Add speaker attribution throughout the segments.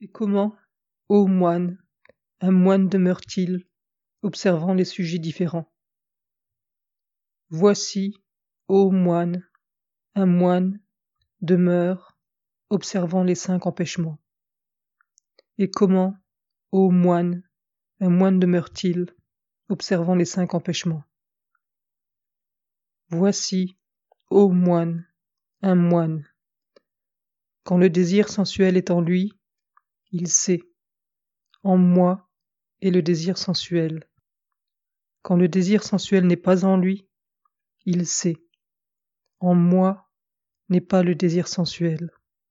Speaker 1: Et comment, ô moine, un moine demeure-t-il, observant les sujets différents? Voici, ô moine, un moine demeure, observant les 5 empêchements. Et comment, ô moine, un moine demeure-t-il, observant les 5 empêchements? Voici, ô moine, un moine. Quand le désir sensuel est en lui, il sait, en moi est le désir sensuel. Quand le désir sensuel n'est pas en lui, il sait, en moi n'est pas le désir sensuel.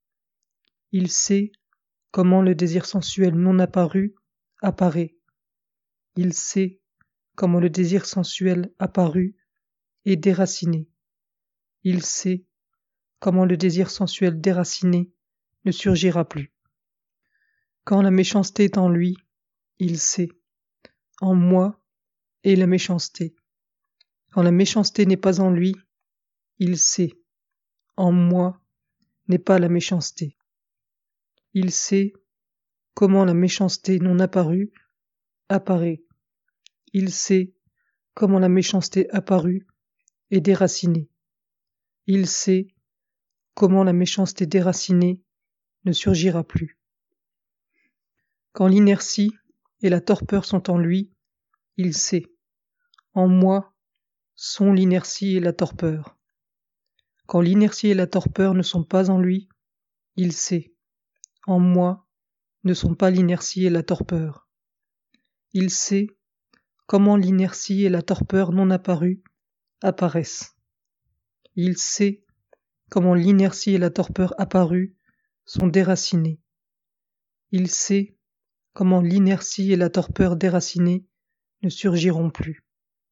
Speaker 1: Il sait comment le désir sensuel non apparu apparaît. Il sait comment le désir sensuel apparu est déraciné. Il sait comment le désir sensuel déraciné ne surgira plus. Quand la méchanceté est en lui, il sait, en moi est la méchanceté. Quand la méchanceté n'est pas en lui, il sait, en moi n'est pas la méchanceté. Il sait comment la méchanceté non apparue apparaît. Il sait comment la méchanceté apparue est déracinée. Il sait comment la méchanceté déracinée ne surgira plus. Quand l'inertie et la torpeur sont en lui, il sait, en moi sont l'inertie et la torpeur. Quand l'inertie et la torpeur ne sont pas en lui, il sait, en moi ne sont pas l'inertie et la torpeur. Il sait comment l'inertie et la torpeur non apparues apparaissent. Il sait comment l'inertie et la torpeur apparues sont déracinées. Il sait comment l'inertie et la torpeur déracinées ne surgiront plus.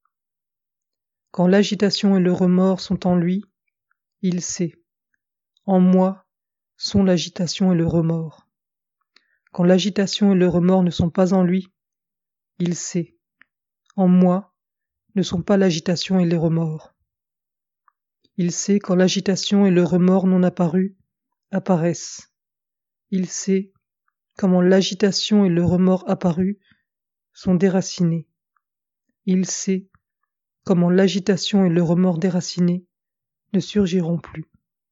Speaker 1: Quand l'agitation et le remords sont en lui, il sait, en moi sont l'agitation et le remords. Quand l'agitation et le remords ne sont pas en lui, il sait, en moi ne sont pas l'agitation et les remords. Il sait quand l'agitation et le remords non apparus apparaissent. Il sait comment l'agitation et le remords apparus sont déracinés. Il sait comment l'agitation et le remords déracinés ne surgiront plus.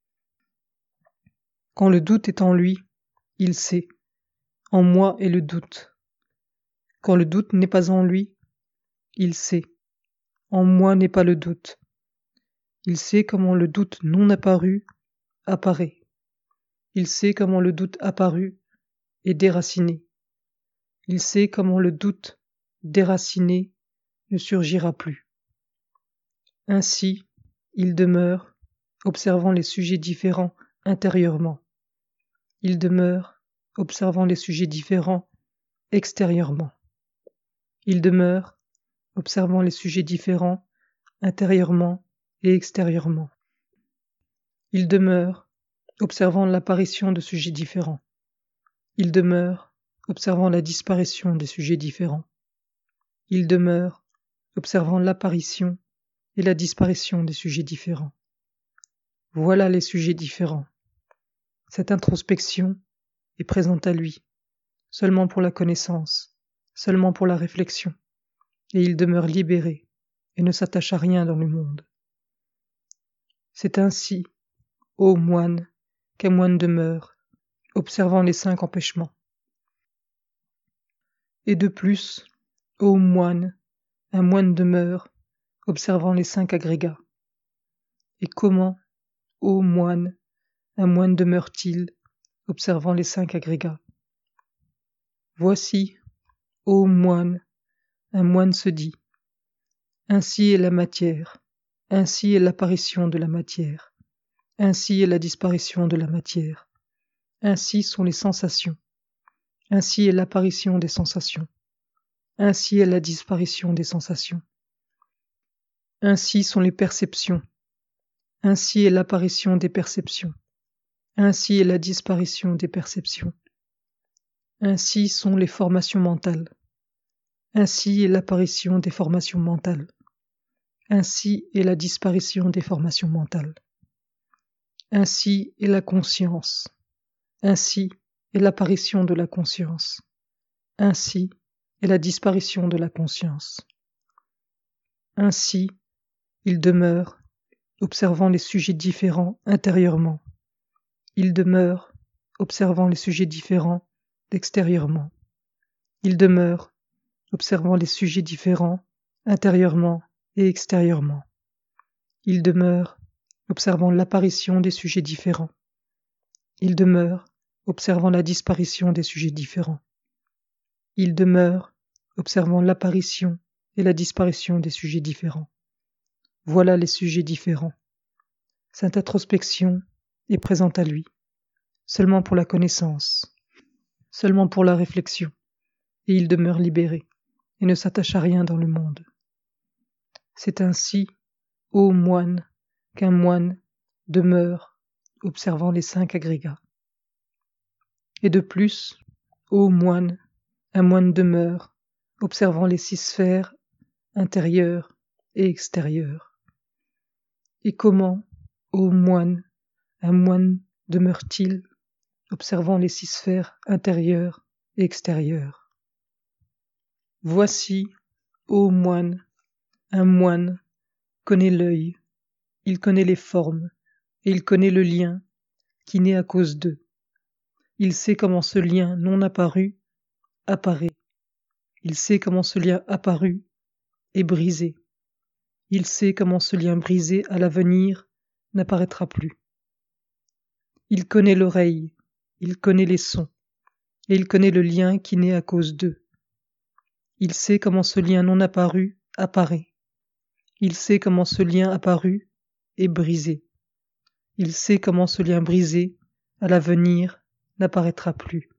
Speaker 1: Quand le doute est en lui, il sait, en moi est le doute. Quand le doute n'est pas en lui, il sait, en moi n'est pas le doute. Il sait comment le doute non apparu apparaît. Il sait comment le doute apparu est déraciné. Il sait comment le doute déraciné ne surgira plus. Ainsi, il demeure, observant les sujets différents intérieurement. Il demeure, observant les sujets différents extérieurement. Il demeure, observant les sujets différents intérieurement et extérieurement. Il demeure, observant l'apparition de sujets différents. Il demeure, observant la disparition des sujets différents. Il demeure, observant l'apparition et la disparition des sujets différents. Voilà les sujets différents. Cette introspection est présente à lui, seulement pour la connaissance, seulement pour la réflexion, et il demeure libéré et ne s'attache à rien dans le monde. C'est ainsi, ô moine, qu'un moine demeure, observant les 5 empêchements. Et de plus, ô moine, un moine demeure, observant les 5 agrégats. Et comment, ô moine, un moine demeure-t-il, observant les 5 agrégats? Voici, ô moine, un moine se dit, ainsi est la matière, ainsi est l'apparition de la matière, ainsi est la disparition de la matière, ainsi sont les sensations, ainsi est l'apparition des sensations, ainsi est la disparition des sensations, ainsi sont les perceptions, ainsi est l'apparition des perceptions, ainsi est la disparition des perceptions, ainsi sont les formations mentales, ainsi est l'apparition des formations mentales, ainsi est la disparition des formations mentales, ainsi est la conscience, ainsi est l'apparition de la conscience. Ainsi est la disparition de la conscience. Ainsi, il demeure, observant les sujets différents intérieurement. Il demeure, observant les sujets différents extérieurement. Il demeure, observant les sujets différents intérieurement et extérieurement. Il demeure, observant l'apparition des sujets différents. Il demeure, observant la disparition des sujets différents. Il demeure, observant l'apparition et la disparition des sujets différents. Voilà les sujets différents. Cette introspection est présente à lui, seulement pour la connaissance, seulement pour la réflexion, et il demeure libéré et ne s'attache à rien dans le monde. C'est ainsi, ô moine, qu'un moine demeure, observant les 5 agrégats. Et de plus, ô moine, un moine demeure, observant les 6 sphères intérieures et extérieures. Et comment, ô moine, un moine demeure-t-il, observant les 6 sphères intérieures et extérieures? Voici, ô moine, un moine connaît l'œil, il connaît les formes, et il connaît le lien qui naît à cause d'eux. Il sait comment ce lien non apparu apparaît. Il sait comment ce lien apparu est brisé. Il sait comment ce lien brisé à l'avenir n'apparaîtra plus. Il connaît l'oreille, il connaît les sons, et il connaît le lien qui naît à cause d'eux. Il sait comment ce lien non apparu apparaît. Il sait comment ce lien apparu est brisé. Il sait comment ce lien brisé à l'avenir n'apparaîtra plus.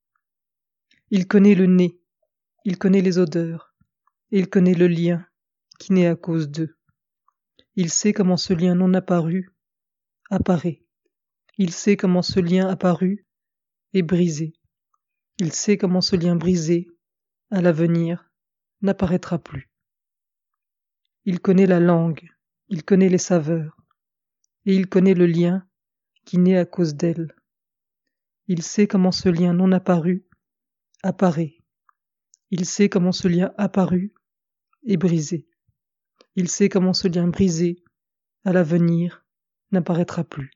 Speaker 1: Il connaît le nez, il connaît les odeurs, et il connaît le lien qui naît à cause d'eux. Il sait comment ce lien non apparu apparaît. Il sait comment ce lien apparu est brisé. Il sait comment ce lien brisé, à l'avenir, n'apparaîtra plus. Il connaît la langue, il connaît les saveurs, et il connaît le lien qui naît à cause d'elle. Il sait comment ce lien non apparu apparaît. Il sait comment ce lien apparu est brisé. Il sait comment ce lien brisé, à l'avenir, n'apparaîtra plus.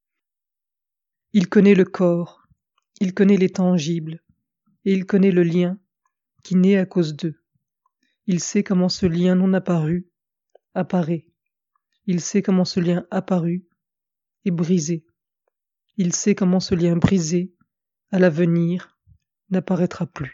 Speaker 1: Il connaît le corps, il connaît les tangibles, et il connaît le lien qui naît à cause d'eux. Il sait comment ce lien non apparu apparaît. Il sait comment ce lien apparu est brisé. Il sait comment ce lien brisé, à l'avenir, n'apparaîtra plus.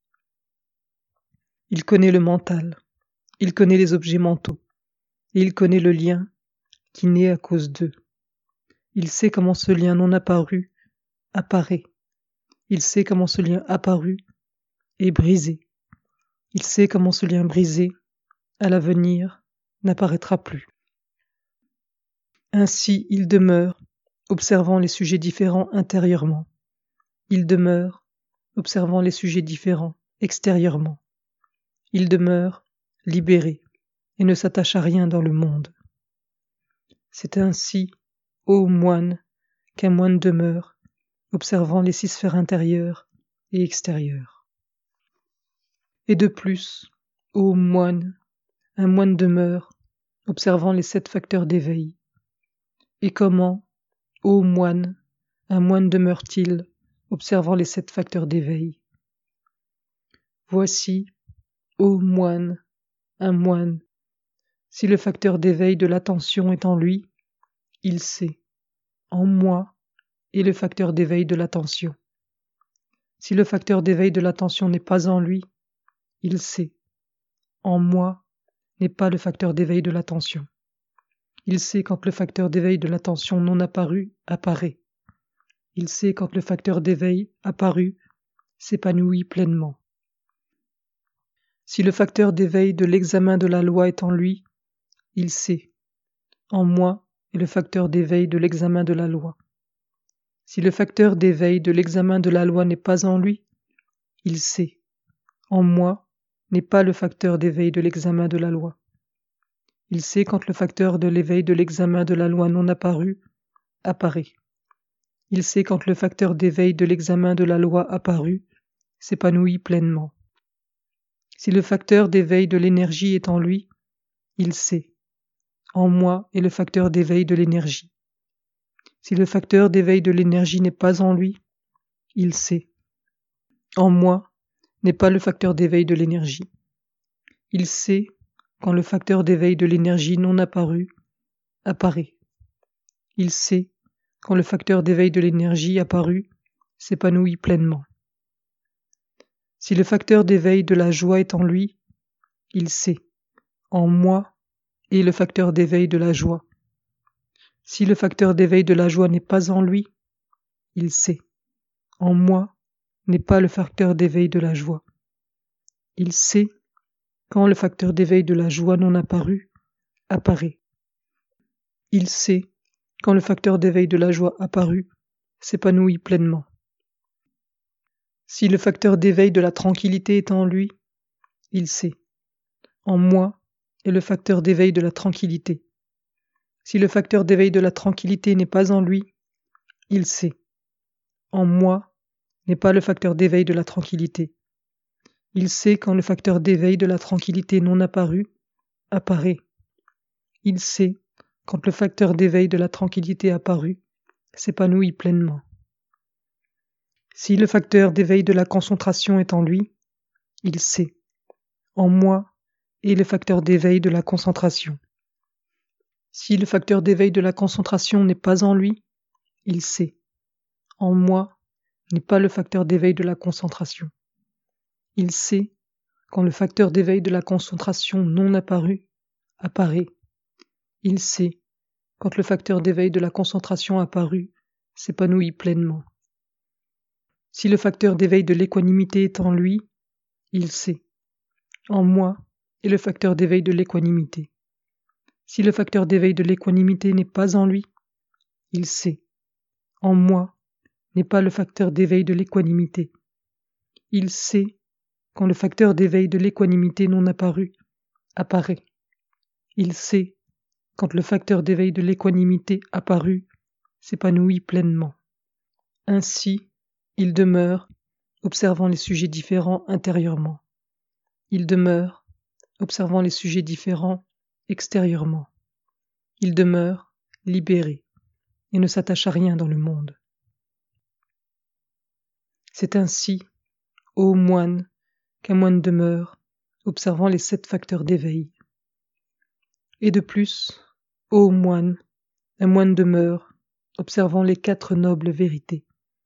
Speaker 1: Il connaît le mental, il connaît les objets mentaux, et il connaît le lien qui naît à cause d'eux. Il sait comment ce lien non apparu apparaît. Il sait comment ce lien apparu est brisé. Il sait comment ce lien brisé, à l'avenir, n'apparaîtra plus. Ainsi il demeure, observant les sujets différents intérieurement. Il demeure, observant les sujets différents extérieurement. Il demeure, libéré, et ne s'attache à rien dans le monde. C'est ainsi, ô moine, qu'un moine demeure, observant les 6 sphères intérieures et extérieures. Et de plus, ô moine, un moine demeure, observant les 7 facteurs d'éveil. Et comment, ô moine, un moine demeure-t-il, observant les 7 facteurs d'éveil? Voici, ô moine, un moine, si le facteur d'éveil de l'attention est en lui, il sait, en moi est le facteur d'éveil de l'attention. Si le facteur d'éveil de l'attention n'est pas en lui, il sait, en moi n'est pas le facteur d'éveil de l'attention. Il sait quand le facteur d'éveil de l'attention non apparu apparaît. Il sait quand le facteur d'éveil apparu s'épanouit pleinement. Si le facteur d'éveil de l'examen de la loi est en lui, il sait, en moi est le facteur d'éveil de l'examen de la loi. Si le facteur d'éveil de l'examen de la loi n'est pas en lui, il sait, en moi n'est pas le facteur d'éveil de l'examen de la loi. Il sait quand le facteur de l'éveil de l'examen de la loi non apparu apparaît. Il sait quand le facteur d'éveil de l'examen de la loi apparu s'épanouit pleinement. Si le facteur d'éveil de l'énergie est en lui, il sait. En moi est le facteur d'éveil de l'énergie. Si le facteur d'éveil de l'énergie n'est pas en lui, il sait. En moi n'est pas le facteur d'éveil de l'énergie. Il sait quand le facteur d'éveil de l'énergie non apparu apparaît. Il sait quand le facteur d'éveil de l'énergie apparu s'épanouit pleinement. Si le facteur d'éveil de la joie est en lui, il sait. En moi est le facteur d'éveil de la joie. Si le facteur d'éveil de la joie n'est pas en lui, il sait. En moi n'est pas le facteur d'éveil de la joie. Il sait quand le facteur d'éveil de la joie non apparu apparaît. Il sait quand le facteur d'éveil de la joie apparu s'épanouit pleinement. Si le facteur d'éveil de la tranquillité est en lui, il sait. En moi est le facteur d'éveil de la tranquillité. Si le facteur d'éveil de la tranquillité n'est pas en lui, il sait. En moi n'est pas le facteur d'éveil de la tranquillité. Il sait quand le facteur d'éveil de la tranquillité non apparu apparaît. Il sait quand le facteur d'éveil de la tranquillité apparu s'épanouit pleinement. Si le facteur d'éveil de la concentration est en lui, il sait. En moi est le facteur d'éveil de la concentration. Si le facteur d'éveil de la concentration n'est pas en lui, il sait. En moi n'est pas le facteur d'éveil de la concentration. Il sait quand le facteur d'éveil de la concentration non apparu apparaît. Il sait quand le facteur d'éveil de la concentration apparu s'épanouit pleinement. Si le facteur d'éveil de l'équanimité est en lui, il sait. En moi est le facteur d'éveil de l'équanimité. Si le facteur d'éveil de l'équanimité n'est pas en lui, il sait. En moi n'est pas le facteur d'éveil de l'équanimité. Il sait quand le facteur d'éveil de l'équanimité non apparu apparaît. Il sait quand le facteur d'éveil de l'équanimité apparu s'épanouit pleinement. Ainsi, il demeure, observant les sujets différents intérieurement. Il demeure, observant les sujets différents extérieurement. Il demeure, libéré, et ne s'attache à rien dans le monde. C'est ainsi, ô moine, qu'un moine demeure, observant les 7 facteurs d'éveil. Et de plus, ô moine, un moine demeure, observant les 4 nobles vérités.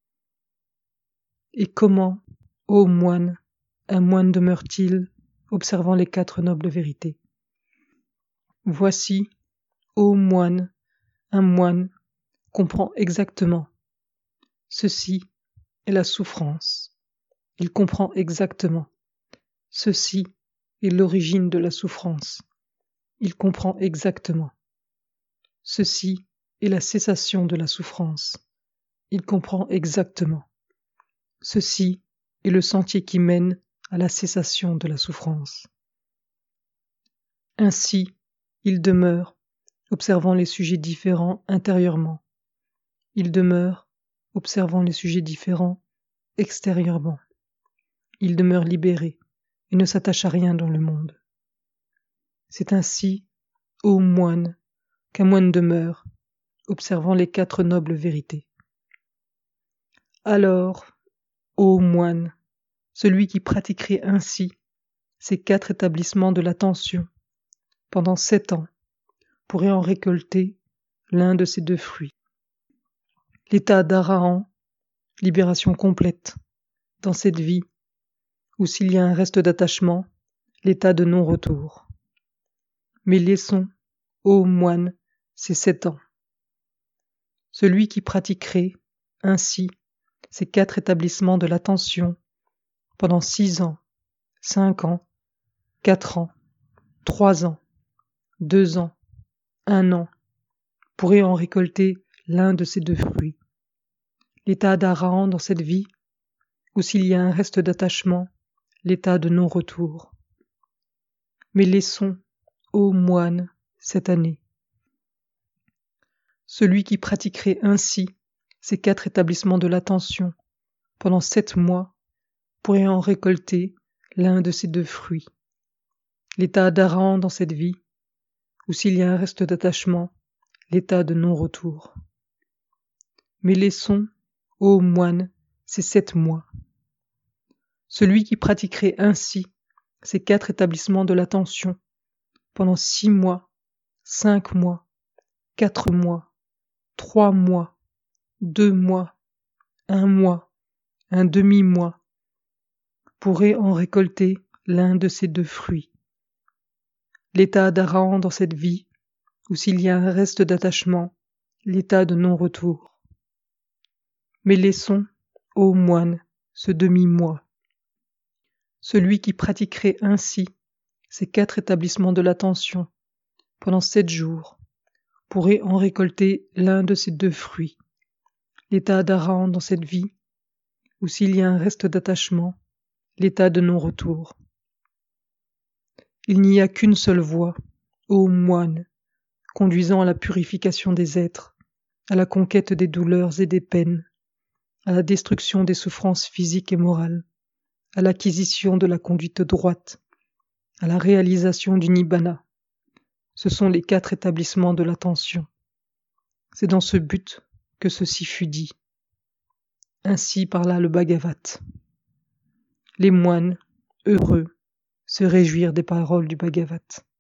Speaker 1: Et comment, ô moine, un moine demeure-t-il, observant les 4 nobles vérités? Voici, ô moine, un moine comprend exactement. Ceci est la souffrance. Il comprend exactement. Ceci est l'origine de la souffrance. Il comprend exactement. Ceci est la cessation de la souffrance. Il comprend exactement. Ceci est le sentier qui mène à la cessation de la souffrance. Ainsi, il demeure, observant les sujets différents intérieurement. Il demeure, observant les sujets différents extérieurement. Il demeure libéré et ne s'attache à rien dans le monde. C'est ainsi, ô moine, qu'un moine demeure, observant les 4 nobles vérités. Alors, ô moine, celui qui pratiquerait ainsi ces 4 établissements de l'attention pendant 7 ans pourrait en récolter l'un de ces 2 fruits. L'état d'Arahan, libération complète, dans cette vie, ou s'il y a un reste d'attachement, l'état de non-retour. Mais laissons, ô moine, ces 7 ans. Celui qui pratiquerait ainsi ces 4 établissements de l'attention pendant 6 ans, 5 ans, 4 ans, 3 ans, 2 ans, 1 an, pourrait en récolter l'un de ces 2 fruits. L'état d'Arahan dans cette vie, ou s'il y a un reste d'attachement, l'état de non-retour. Mais laissons, ô moine, cette année. Celui qui pratiquerait ainsi ces 4 établissements de l'attention pendant 7 mois pourraient en récolter l'un de ces 2 fruits. L'état d'Aran dans cette vie, ou s'il y a un reste d'attachement, l'état de non-retour. Mais laissons, ô moine, ces 7 mois. Celui qui pratiquerait ainsi ces 4 établissements de l'attention pendant 6 mois, 5 mois, 4 mois, 3 mois, 2 mois, 1 mois, un demi-mois, pourrait en récolter l'un de ces 2 fruits. L'état d'Aran dans cette vie, ou s'il y a un reste d'attachement, l'état de non-retour. Mais laissons, ô moine, ce demi-mois. Celui qui pratiquerait ainsi ces 4 établissements de l'attention pendant 7 jours pourrait en récolter l'un de ces 2 fruits. L'état d'Aran dans cette vie, ou s'il y a un reste d'attachement, l'état de non-retour. Il n'y a qu'une seule voie, ô moine, conduisant à la purification des êtres, à la conquête des douleurs et des peines, à la destruction des souffrances physiques et morales, à l'acquisition de la conduite droite, à la réalisation du Nibbana. Ce sont les 4 établissements de l'attention. C'est dans ce but que ceci fut dit. Ainsi parla le Bhagavat. Les moines, heureux, se réjouirent des paroles du Bhagavat.